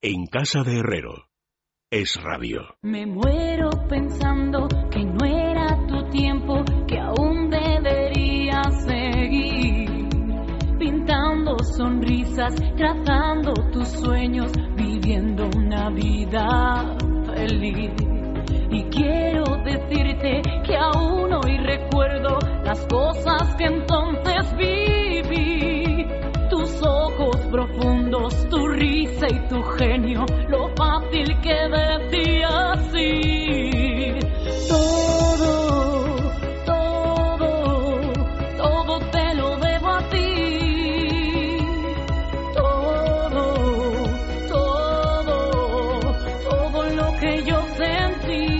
En casa de Herrero. Es radio. Me muero pensando que no era tu tiempo, que aún debería seguir pintando sonrisas, trazando tus sueños, viviendo una vida feliz. Y quiero decirte que aún hoy recuerdo las cosas que entonces viví. Tus ojos profundos, tu risa y tu genio, lo fácil que decía sí. Todo, todo, todo te lo debo a ti. Todo, todo, todo lo que yo sentí.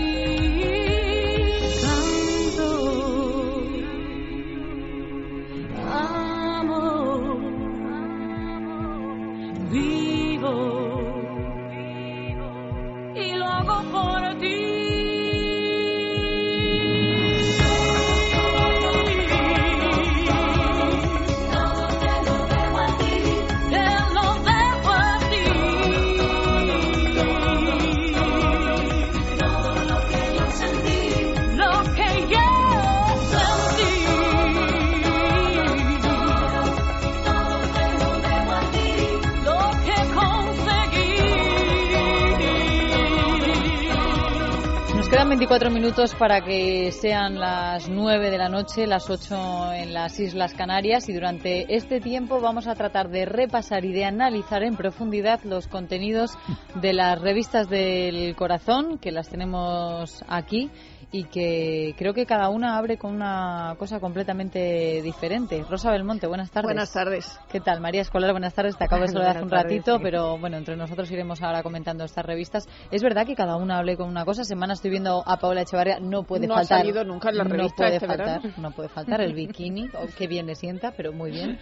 Quedan 24 minutos para que sean las 9 de la noche, las 8 en las Islas Canarias, y durante este tiempo vamos a tratar de repasar y de analizar en profundidad los contenidos de las revistas del corazón, que las tenemos aquí y que creo que cada una abre con una cosa completamente diferente. Rosa Belmonte, buenas tardes. Buenas tardes. ¿Qué tal? María Escolar, buenas tardes. Te acabo de saludar hace un ratito, sí. Pero bueno, entre nosotros iremos ahora comentando estas revistas. Es verdad que cada una hable con una cosa. Semana estoy viendo a Paola Echevarría, no puede faltar. No ha salido nunca en la revista no puede faltar el bikini, qué bien le sienta, pero muy bien.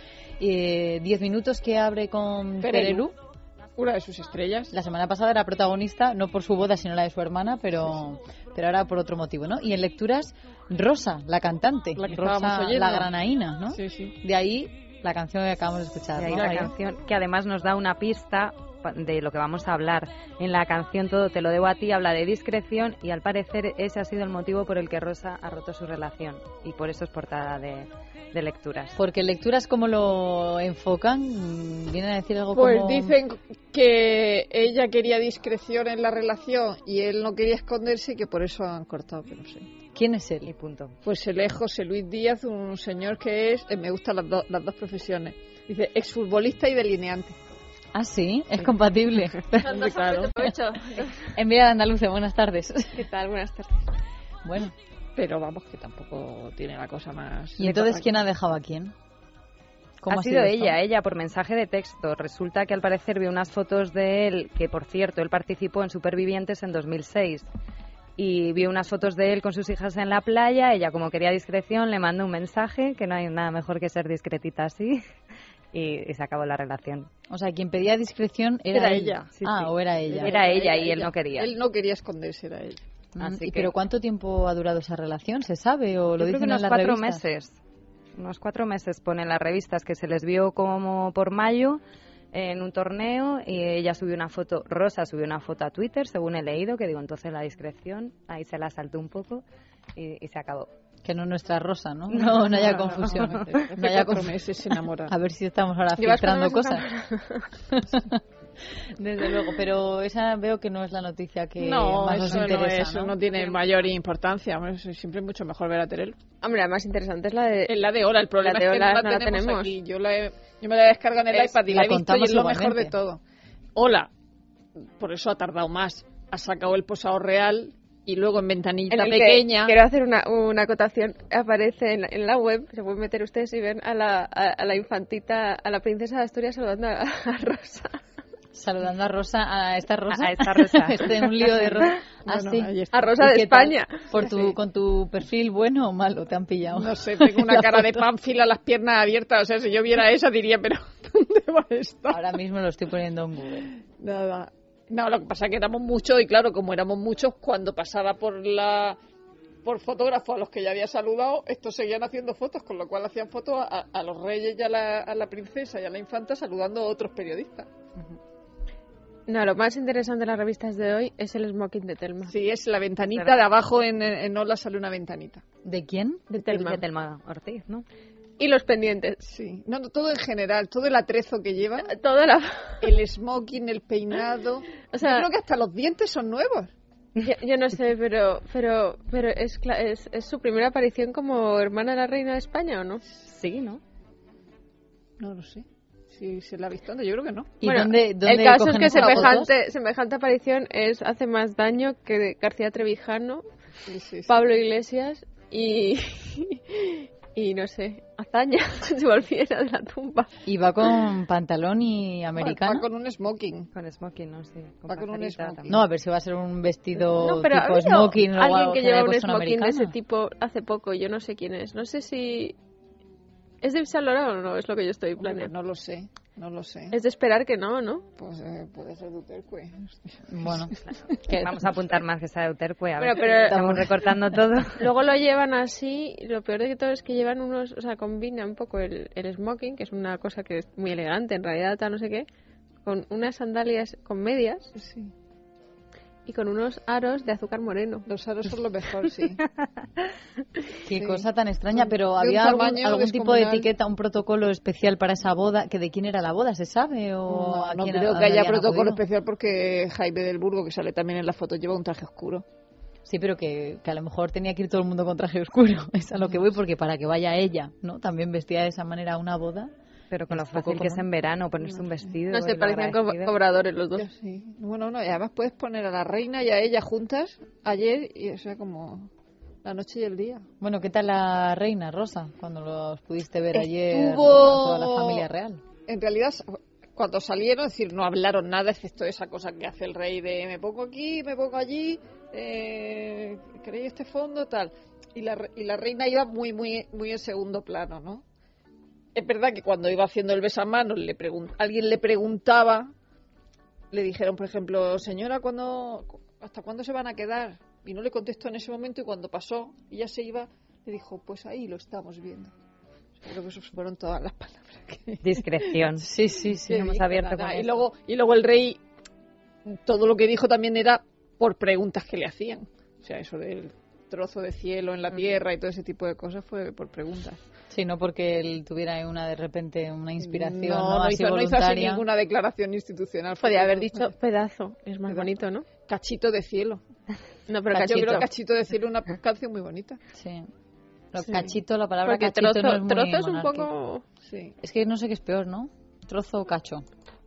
10 minutos que abre con Perelú. Una de sus estrellas. La semana pasada era protagonista, no por su boda, sino la de su hermana, pero ahora por otro motivo, ¿no? Y en lecturas, Rosa, la cantante, la que Rosa, la granaína, ¿no? Sí, sí. De ahí la canción que acabamos de escuchar. De ahí ¿no? la canción, que además nos da una pista de lo que vamos a hablar. En la canción Todo te lo debo a ti habla de discreción, y al parecer ese ha sido el motivo por el que Rosa ha roto su relación, y por eso es portada de lecturas. Porque lecturas, ¿cómo lo enfocan? ¿Vienen a decir algo pues como...? Pues dicen que ella quería discreción en la relación y él no quería esconderse, y que por eso han cortado, pero no sé. ¿Quién es él? Y punto. Pues él es José Luis Díaz, un señor que es, me gustan las dos profesiones, dice exfutbolista y delineante. Ah, sí, es compatible. Claro. Enviada Andaluce, buenas tardes. ¿Qué tal? Buenas tardes. Bueno. Pero vamos, que tampoco tiene la cosa más... ¿Y entonces quién ha dejado a quién? Ha sido ella por mensaje de texto. Resulta que al parecer vio unas fotos de él, que por cierto él participó en Supervivientes en 2006, y vio unas fotos de él con sus hijas en la playa. Ella, como quería discreción, le mandó un mensaje, que no hay nada mejor que ser discretita así, y se acabó la relación. O sea, quien pedía discreción era ella. Sí, sí. O era ella. Era ella y él no quería. Él no quería esconderse, era ella. ¿Pero cuánto tiempo ha durado esa relación? ¿Se sabe o lo dicen en las revistas? Unos 4 meses ponen las revistas, que se les vio como por mayo en un torneo, y ella subió una foto, Rosa subió una foto a Twitter, según he leído, que digo, entonces la discreción, ahí se la saltó un poco y se acabó. Que no nuestra Rosa, ¿no? No haya confusión. No haya meses se enamora. A ver si estamos ahora filtrando cosas. Desde luego, pero esa veo que no es la noticia que más nos interesa. Eso no tiene mayor importancia. Siempre es mucho mejor ver a Terelu. Hombre, la más interesante es la de Ola. El problema es que no la tenemos aquí. Yo me la descargo en el iPad y la he visto, y es lo mejor de todo. Ola, por eso ha tardado más. Ha sacado el posado real y luego en ventanilla pequeña. Quiero hacer una acotación. Aparece en la web, se pueden meter ustedes y ven a la infantita, a la princesa de Asturias saludando a Rosa. Saludando a Rosa, a esta Rosa. A esta Rosa. Un lío de Rosa. A Rosa de España. ¿Con tu perfil bueno o malo te han pillado? No sé, tengo una cara de pánfila, las piernas abiertas. O sea, si yo viera esa diría, pero ¿dónde va esto? Ahora mismo lo estoy poniendo en Google. Nada. No, lo que pasa es que éramos muchos, y claro, como éramos muchos, cuando pasaba por fotógrafos a los que ya había saludado, estos seguían haciendo fotos, con lo cual hacían fotos a los reyes y a la princesa y a la infanta saludando a otros periodistas. No, lo más interesante de las revistas de hoy es el smoking de Thelma. Sí, es la ventanita de abajo, en Hola sale una ventanita. ¿De quién? De Thelma. De Thelma Ortiz, ¿no? Y los pendientes. Sí, no, todo en general, todo el atrezo que lleva, el smoking, el peinado. O sea, yo creo que hasta los dientes son nuevos. Yo no sé, pero es su primera aparición como hermana de la reina de España, ¿o no? Sí, ¿no? No lo sé. Si se la ha visto antes, yo creo que no. ¿Y bueno, dónde el caso es que fotos? semejante aparición hace más daño que García Trevijano, Sí. Pablo Iglesias y no sé, Azaña, si volviera de la tumba. Y va con pantalón y americano. Va con un smoking. Con smoking, ¿no? Sí. Va con un smoking. No, a ver si va a ser un vestido No, pero tipo smoking. O alguien que lleva un smoking smoking de ese tipo hace poco, yo no sé quién es. No sé si... ¿Es de Yves Saint Laurent o no? Es lo que yo estoy planeando. No lo sé. Es de esperar que no, ¿no? Pues puede ser de Uterque. Bueno, vamos a apuntar más que sea de Uterque. Pero estamos recortando todo. Luego lo llevan así, y lo peor de todo es que llevan unos, o sea, combina un poco el smoking, que es una cosa que es muy elegante, en realidad, tal no sé qué, con unas sandalias con medias. Sí. Y con unos aros de azúcar moreno. Los aros son lo mejor, sí. Qué cosa tan extraña, pero ¿había algún tipo de etiqueta, un protocolo especial para esa boda? ¿Que de quién era la boda? ¿Se sabe? ¿O no creo que haya protocolo especial porque Jaime del Burgo, que sale también en la foto, lleva un traje oscuro. Sí, pero que a lo mejor tenía que ir todo el mundo con traje oscuro. Es a lo que voy, porque para que vaya ella, ¿no? También vestida de esa manera a una boda. Pero con lo fácil que es en verano ponerse un vestido. No sé, parecían cobradores los dos. Sí. Bueno, no, y además puedes poner a la reina y a ella juntas ayer, y o sea, como la noche y el día. Bueno, ¿qué tal la reina, Rosa, cuando los pudiste ver ayer Estuvo... toda la familia real? En realidad, cuando salieron, es decir, no hablaron nada, excepto esa cosa que hace el rey de me pongo aquí, me pongo allí, ¿queréis este fondo? Tal. Y la reina iba muy en segundo plano, ¿no? Es verdad que cuando iba haciendo el besamanos, alguien le preguntaba, le dijeron, por ejemplo, señora, ¿hasta cuándo se van a quedar? Y no le contestó en ese momento, y cuando pasó y ya se iba, le dijo, pues ahí lo estamos viendo. Creo que esas fueron todas las palabras. Discreción. Sí. Hemos abierto con eso. Y luego el rey, todo lo que dijo también era por preguntas que le hacían. O sea, eso del trozo de cielo en la tierra y todo ese tipo de cosas fue por preguntas. Sí, no porque él tuviera de repente una inspiración, no así hizo así voluntaria. ninguna declaración institucional. Podría haber dicho pedazo, es más bonito, ¿no? Cachito de cielo. No, pero yo creo que Cachito de cielo es una canción muy bonita. Sí. Pero cachito, la palabra porque cachito no es muy trozo es un monárquico. poco... Sí. Es que no sé qué es peor, ¿no? Trozo o cacho.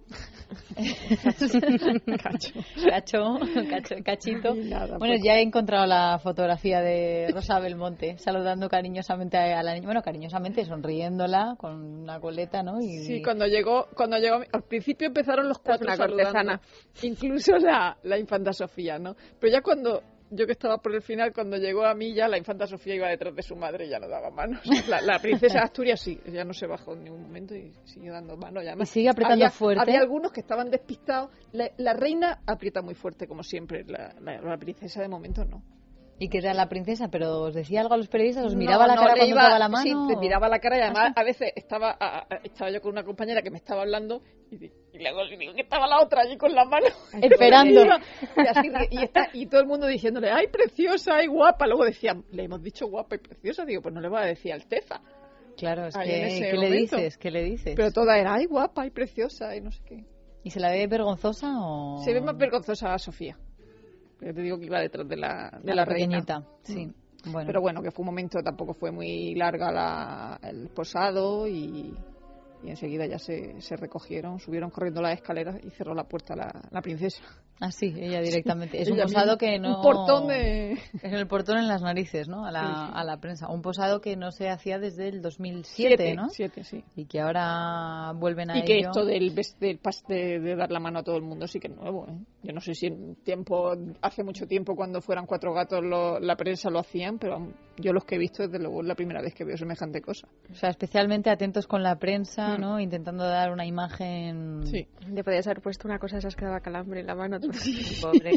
Cachito. Nada, bueno, ya he encontrado la fotografía de Rosa Belmonte saludando cariñosamente a la niña. Bueno, cariñosamente, sonriéndola con una coleta, ¿no? Sí, cuando llegó, al principio empezaron los cuatro saludando, incluso la infanta Sofía, ¿no? Pero ya cuando yo que estaba por el final, cuando llegó a mí ya la infanta Sofía iba detrás de su madre y ya no daba manos. La princesa de Asturias sí, ya no se bajó en ningún momento y siguió dando manos. Y sigue apretando fuerte. Había algunos que estaban despistados. La reina aprieta muy fuerte, como siempre. La princesa de momento no. ¿Y qué tal la princesa? ¿Pero os decía algo a los periodistas? ¿Os miraba la cara cuando daba la mano? Sí, te miraba la cara y además a veces estaba yo con una compañera que me estaba hablando y luego le digo que estaba la otra allí con la mano esperando. Y todo el mundo diciéndole, ¡ay, preciosa, ay, guapa! Luego decían, le hemos dicho guapa y preciosa. Digo, pues no le voy a decir Alteza. Claro, es que ¿qué le dices? Pero toda era, ¡ay, guapa, ay, preciosa! Y no sé qué. ¿Y se la ve vergonzosa o...? Se ve más vergonzosa a Sofía. Yo te digo que iba detrás de la pequeñita, reina. Sí. Bueno. Pero bueno, que fue un momento, tampoco fue muy larga el posado y enseguida ya se recogieron, subieron corriendo las escaleras y cerró la puerta la princesa. Ah, sí, ella directamente. Es un posado que no... Un portón de... Es el portón en las narices, ¿no? A la prensa. Un posado que no se hacía desde el 2007, ¿no? 7, sí. Y que ahora vuelven a ello. Y que esto de dar la mano a todo el mundo sí que es nuevo, ¿eh? Yo no sé si hace mucho tiempo, cuando fueran 4 gatos, la prensa lo hacían, pero yo los que he visto, desde luego, es la primera vez que veo semejante cosa. O sea, especialmente atentos con la prensa, ¿no? Intentando dar una imagen... Sí. Le podías haber puesto una cosa de esas que daba calambre en la mano Pobre.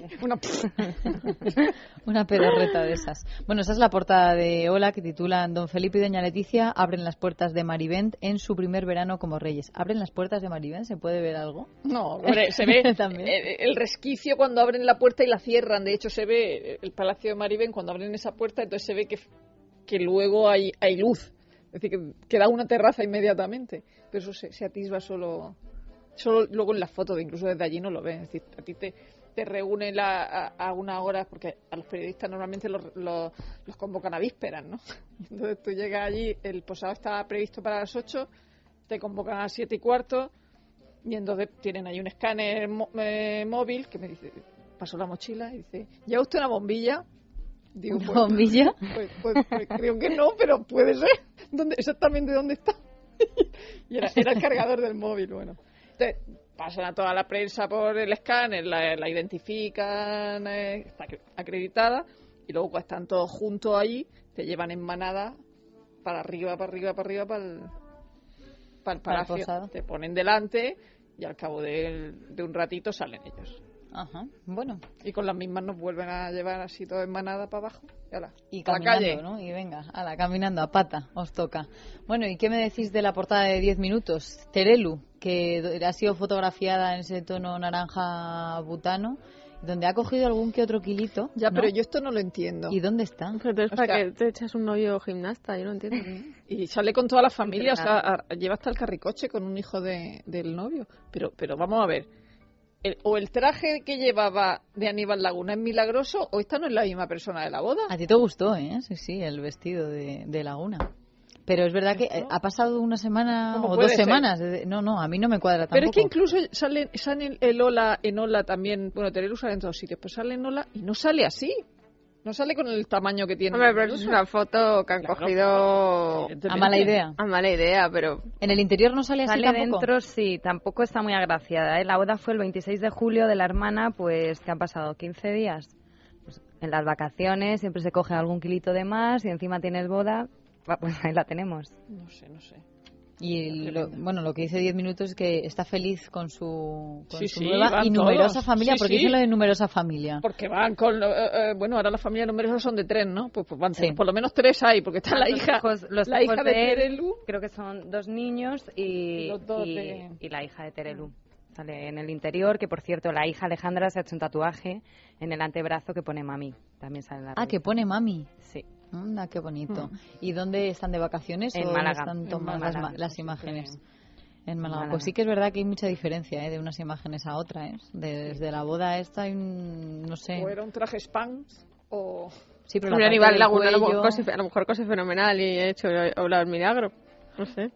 Una pedorreta de esas. Bueno, esa es la portada de Hola, que titulan Don Felipe y Doña Leticia abren las puertas de Marivent en su primer verano como reyes. ¿Abren las puertas de Marivent? ¿Se puede ver algo? No, hombre, se ve el resquicio cuando abren la puerta y la cierran. De hecho, se ve el Palacio de Marivent cuando abren esa puerta, entonces se ve que luego hay luz. Es decir, que da una terraza inmediatamente. Pero eso se atisba solo luego en las fotos, incluso desde allí no lo ves. Es decir, a ti te reúnen a una hora, porque a los periodistas normalmente los convocan a vísperas, ¿no? Entonces tú llegas allí, el posado está previsto para las 8, te convocan a las 7:15, y entonces tienen ahí un escáner móvil que me dice, pasó la mochila y dice, ¿lleva usted una bombilla? Digo, ¿Una bombilla? Pues creo que no, pero puede ser. Exactamente dónde está. Y era el cargador del móvil, bueno. Entonces, pasan a toda la prensa por el escáner, la identifican, está acreditada, y luego cuando están todos juntos ahí, te llevan en manada para arriba, para el palacio. Te ponen delante y al cabo de un ratito salen ellos. Ajá, bueno. Y con las mismas nos vuelven a llevar así todo en manada para abajo. Y caminando, ¿no? Y venga, caminando a pata, os toca. Bueno, ¿y qué me decís de la portada de 10 minutos? Terelu, que ha sido fotografiada en ese tono naranja butano, donde ha cogido algún que otro kilito. Ya, ¿no? Pero yo esto no lo entiendo. ¿Y dónde está? Pero para que te echas un novio gimnasta, yo no entiendo. Y sale con toda la familia, o sea, lleva hasta el carricoche con un hijo del novio. Pero vamos a ver. O el traje que llevaba de Aníbal Laguna es milagroso, o esta no es la misma persona de la boda. A ti te gustó, ¿eh? Sí, el vestido de Laguna. Pero es verdad que ha pasado una semana o 2 semanas. No, a mí no me cuadra tampoco. Pero es que incluso sale el Ola en Ola también. Bueno, Terelu sale en todos sitios, pero sale en Ola y no sale así. No sale con el tamaño que tiene. Hombre, pero es una foto que han cogido a mala idea. A mala idea, pero... ¿En el interior no sale así tampoco? Dentro sí, tampoco está muy agraciada, ¿eh? La boda fue el 26 de julio de la hermana, pues ¿qué han pasado? 15 días. Pues, en las vacaciones siempre se coge algún kilito de más y encima tienes boda, pues ahí la tenemos. No sé. Y lo que dice 10 minutos es que está feliz con su nueva y numerosa familia. ¿Por qué dice lo de numerosa familia? Porque van con... ahora la familia numerosa son de 3, ¿no? Pues van por lo menos 3 hay, porque está la hija hija de Terelu. Creo que son 2 niños y la hija de Terelu. Sale en el interior, que por cierto, la hija Alejandra se ha hecho un tatuaje en el antebrazo que pone mami. También sale en la revista. Que pone mami. Sí. Anda, qué bonito. ¿Y dónde están de vacaciones? En ¿o Málaga. Están tomando las imágenes? Sí. En Málaga. Pues sí que es verdad que hay mucha diferencia de unas imágenes a otras. Desde la boda esta hay no sé. O era un traje Spanx o... Sí, pero Aníbal Laguna a lo mejor cosa fenomenal y he hecho hablar milagro. No sé.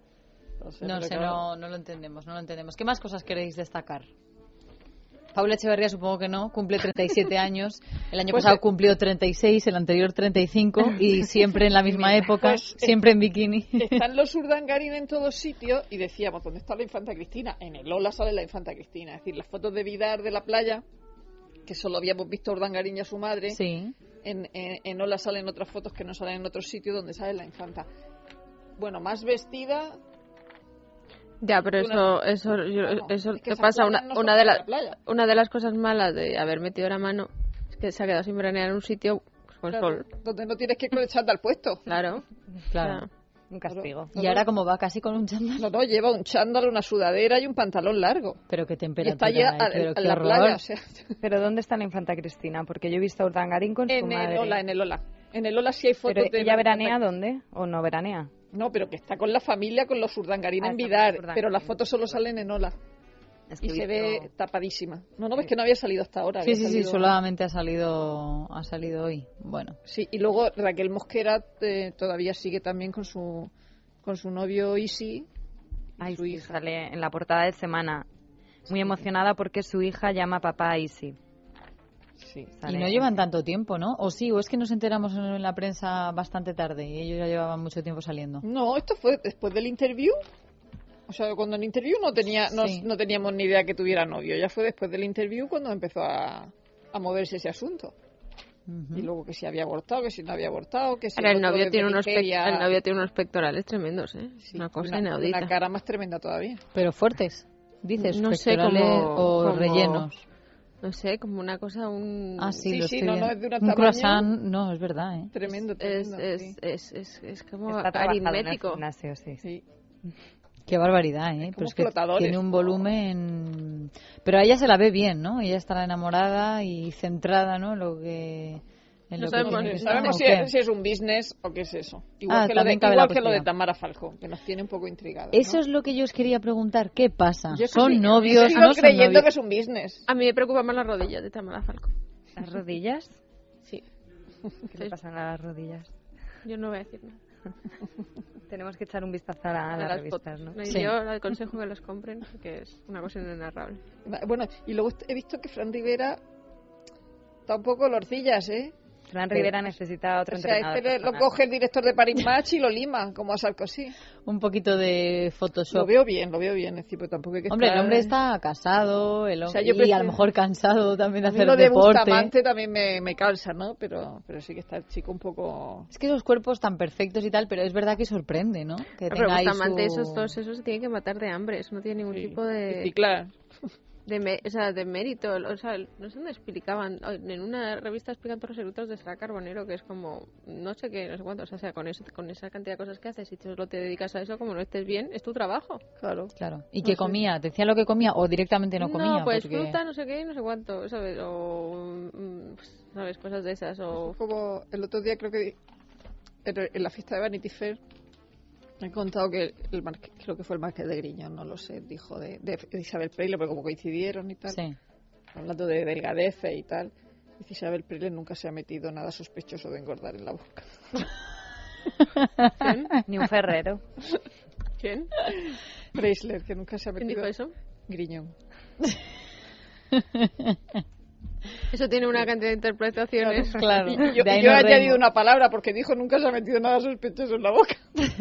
No lo entendemos. ¿Qué más cosas queréis destacar? Paula Echeverría supongo que no, cumple 37 años, el año pasado cumplió 36, el anterior 35 y siempre en la misma época, siempre en bikini. Están los Urdangarín en todos sitios y decíamos, ¿dónde está la infanta Cristina? En el Ola sale la infanta Cristina, es decir, las fotos de Vidar de la playa, que solo habíamos visto a Urdangarín y a su madre, sí. En Ola salen otras fotos que no salen en otros sitios donde sale la infanta. Bueno, más vestida... Ya, pero eso te pasa. Una de las cosas malas de haber metido la mano es que se ha quedado sin veranear en un sitio con sol. Donde no tienes que ir con el chándal puesto. Claro. Un castigo. Y ahora como va casi con un chándal. No, lleva un chándal, una sudadera y un pantalón largo. Pero qué temperatura. Y está allí en la playa. O sea. Pero ¿dónde está la infanta Cristina? Porque yo he visto a Urdangarín con su madre. En el Ola. En el Ola sí hay fotos de... ¿Ella veranea dónde? ¿O no veranea? No, pero que está con la familia, con los Urdangarín en Vidar, pero las fotos solo salen en Ola. Y se ve tapadísima. No, ves que no había salido hasta ahora. Sí, solamente ha salido hoy. Bueno. Sí, y luego Raquel Mosquera todavía sigue también con su novio Isi. Su hija. Sale en la portada de Semana. Muy emocionada porque su hija llama a papá a Isi. Sí. Y no llevan tanto tiempo, ¿no? O es que nos enteramos en la prensa bastante tarde y ellos ya llevaban mucho tiempo saliendo. No, esto fue después del interview. O sea, cuando en el interview no teníamos ni idea que tuviera novio. Ya fue después del interview cuando empezó a moverse ese asunto. Uh-huh. Y luego que si había abortado, que si no había abortado, que si... El novio tiene unos pectorales tremendos, ¿eh? Sí, una cosa inaudita. Una cara más tremenda todavía. Pero fuertes, dices, no sé o rellenos. No sé, como una cosa, sí, no, es de una un croissant, no, es verdad, ¿eh? Tremendo. Es como aritmético. Sí. Qué barbaridad, ¿eh? Pero es que tiene un volumen... Pero a ella se la ve bien, ¿no? Ella está enamorada y centrada, ¿no? No sabemos si es un business o qué es eso. Igual que lo de Tamara Falcó, que nos tiene un poco intrigados. Eso es lo que yo os quería preguntar. ¿Qué pasa? ¿Son novios? ¿No son creyendo novios? Que es un business. A mí me preocupan más las rodillas de Tamara Falcó. ¿Las rodillas? Sí. ¿Qué le pasan a las rodillas? Yo no voy a decir nada. Tenemos que echar un vistazo a las revistas, ¿no? Sí. Yo le aconsejo que los compren, porque es una cosa inenarrable. Bueno, y luego he visto que Fran Rivera está un poco lorcillas, ¿eh? Fran Rivera necesita otro entrenador. Lo coge el director de Paris Match y lo lima, como a Sarkozy. Un poquito de Photoshop. Lo veo bien, es decir, pero tampoco hay que Hombre, el hombre está casado, y a lo mejor cansado también de hacer deporte. Lo de Bustamante también me cansa, ¿no? Pero sí que está el chico un poco... Es que esos cuerpos tan perfectos y tal, pero es verdad que sorprende, ¿no? Que pero Bustamante, todos esos se tienen que matar de hambre, eso no tiene ningún tipo de... Sí, claro. De mérito, no sé dónde explicaban, en una revista explican todos los eructos de Sara Carbonero, que es como, no sé qué, no sé cuánto, o sea, con esa cantidad de cosas que haces y tú solo te dedicas a eso, como no estés bien, es tu trabajo. Claro. ¿Y qué comía? ¿Te decía lo que comía o directamente no comía? No, pues fruta, no sé qué, no sé cuánto, ¿sabes? O, ¿sabes? Cosas de esas, o... Como el otro día creo que en la fiesta de Vanity Fair, me han contado que creo que fue el Marqués de Griñón, no lo sé, dijo de Isabel Preyle, porque como coincidieron y tal, hablando de delgadez y tal, dice Isabel Preyle nunca se ha metido nada sospechoso de engordar en la boca. ¿Quién? Ni un ferrero. ¿Quién? Preisler, que nunca se ha metido. ¿Quién dijo eso? Griñón. Eso tiene una cantidad de interpretaciones. Claro. Yo he añadido una palabra porque dijo nunca se ha metido nada sospechoso en la boca.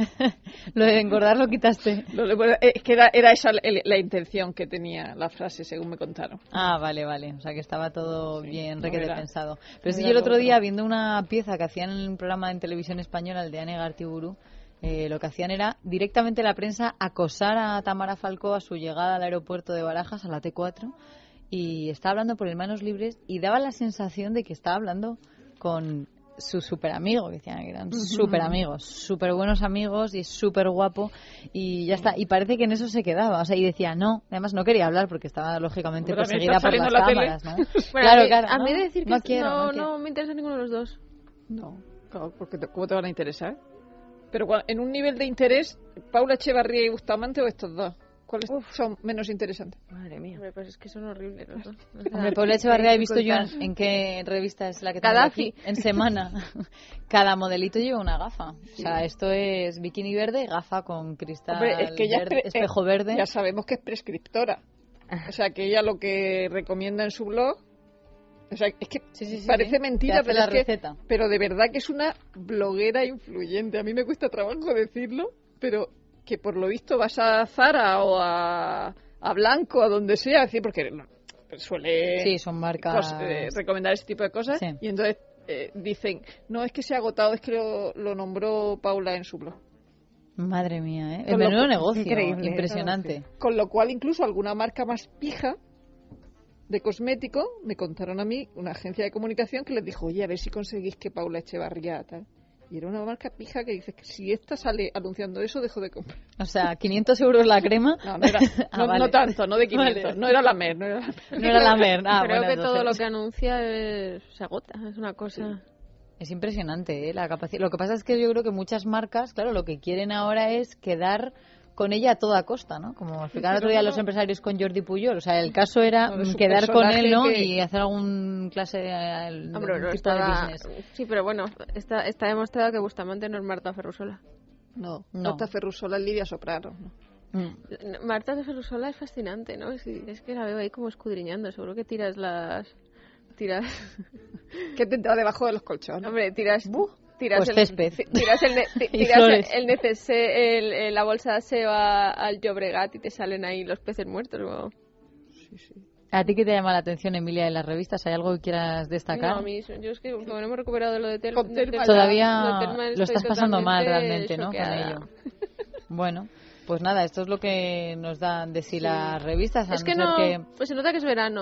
Lo de engordar lo quitaste. Es que era esa la intención que tenía la frase, según me contaron. Ah, vale. O sea que estaba todo bien pensado. Pero sí, yo el otro día, viendo una pieza que hacían en un programa en televisión española, el de Ane Gartiburu, lo que hacían era directamente la prensa acosar a Tamara Falcó a su llegada al aeropuerto de Barajas, a la T4, y estaba hablando por el Manos Libres y daba la sensación de que estaba hablando con su súper amigo, que decían que eran súper amigos, súper buenos amigos y súper guapo, y ya está. Y parece que en eso se quedaba, o sea, y decía no, además no quería hablar porque estaba lógicamente perseguida por las cámaras, ¿no? Bueno, claro, a mí de decir que no me interesa ninguno de los dos. No, claro, porque ¿cómo te van a interesar? Pero en un nivel de interés, ¿Paula Echevarría y Bustamante o estos dos? ¿Cuáles son menos interesantes? Madre mía. Hombre, pues es que son horribles los dos. Hombre, Paula Echevarría he visto yo en qué revista es la que tengo aquí. En Semana. Cada modelito lleva una gafa. O sea, esto es bikini verde, gafa con cristal. Hombre, es que verde, espejo verde. Ya sabemos que es prescriptora. O sea, que ella lo que recomienda en su blog... O sea, es que parece mentira, pero de verdad que es una bloguera influyente. A mí me cuesta trabajo decirlo, pero... que por lo visto vas a Zara o a Blanco, a donde sea, decir, porque suele son marcas recomendar ese tipo de cosas, y entonces dicen, no es que se ha agotado, es que lo nombró Paula en su blog. Madre mía, ¿eh? El menudo negocio, increíble, impresionante. Con lo cual, incluso alguna marca más pija de cosmético, me contaron a mí, una agencia de comunicación que les dijo, oye, a ver si conseguís que Paula Echevarría tal. Y era una marca pija que dice que si esta sale anunciando eso, dejo de comprar. O sea, 500 euros la crema. No era, no tanto, no de 500. Vale. No era la Mer. No era la Mer. Creo que todo lo que anuncia se agota, es una cosa... Es impresionante, la capacidad. Lo que pasa es que yo creo que muchas marcas, claro, lo que quieren ahora es quedar con ella a toda costa, ¿no? Como explicaron otro día los empresarios con Jordi Pujol. O sea, el caso era quedar con él, ¿no? Y hacer algún tipo de business. Sí, pero bueno, está demostrado que Bustamante no es Marta Ferrusola. No. Marta Ferrusola es Lidia Soprano, ¿no? Marta Ferrusola es fascinante, ¿no? Es que la veo ahí como escudriñando. Seguro que tiras... ¿Qué te entra debajo de los colchones? Hombre, tiras pues césped. Tiras el neceser, la bolsa de aseo al Llobregat y te salen ahí los peces muertos. ¿No? Sí. ¿A ti qué te llama la atención, Emilia, de las revistas? ¿Hay algo que quieras destacar? No, a mí, yo es que como no hemos recuperado de lo de Telma, todavía lo estás pasando mal realmente, ¿no? Con ello. Bueno, pues nada, esto es lo que nos dan de sí las revistas. Es que pues se nota que es verano.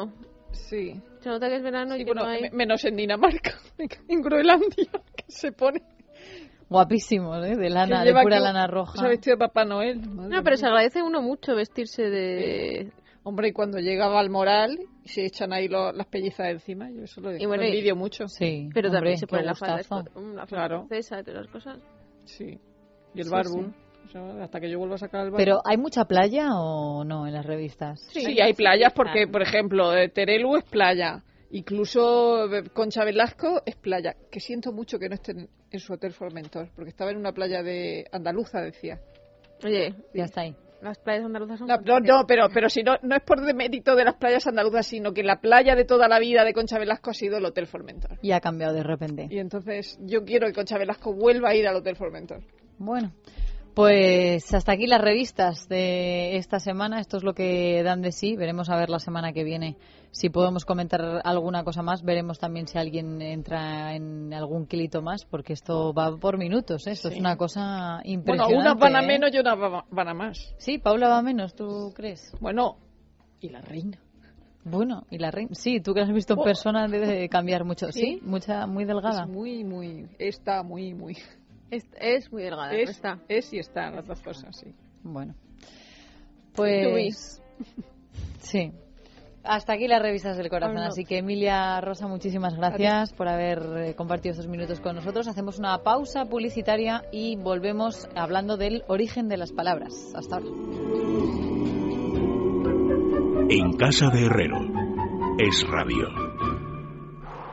Sí. Se nota que es verano y que no hay... Menos en Dinamarca, en Groenlandia, que se pone... Guapísimo, de lana, de pura lana roja. Se ha vestido de Papá Noel. No, pero se agradece uno mucho vestirse de... Hombre, y cuando llega Balmoral se echan ahí las pellizas encima, yo eso lo envidio mucho. Sí, pero hombre, también se pone la falda francesa y todas las cosas. Sí, y el barbun. O sea, hasta que yo vuelva a sacar el barbun. ¿Pero hay mucha playa o no en las revistas? Sí, hay playas porque, por ejemplo, Terelu es playa. Incluso Concha Velasco es playa, que siento mucho que no estén en su hotel Formentor, porque estaba en una playa de andaluza, decía. Oye, ya está ahí. Las playas andaluzas son... No, pero si no es por demérito de las playas andaluzas, sino que la playa de toda la vida de Concha Velasco ha sido el Hotel Formentor. Y ha cambiado de repente. Y entonces yo quiero que Concha Velasco vuelva a ir al Hotel Formentor. Bueno, pues hasta aquí las revistas de esta semana. Esto es lo que dan de sí. Veremos a ver la semana que viene si podemos comentar alguna cosa más. Veremos también si alguien entra en algún kilito más, porque esto va por minutos, ¿eh? Esto es una cosa impresionante. Bueno, unas van a menos y unas van a más. Sí, Paula va a menos, ¿tú crees? Bueno, y la reina. Bueno, y la reina. Sí, tú que has visto en persona debe cambiar mucho. Sí, muy delgada. Está muy... Es muy delgada. Está, las dos cosas, sí. Bueno, pues... Sí. Hasta aquí las revistas del corazón. Así que, Emilia, Rosa, muchísimas gracias por haber compartido estos minutos con nosotros. Hacemos una pausa publicitaria y volvemos hablando del origen de las palabras. Hasta ahora. En casa de Herrero, Es Radio.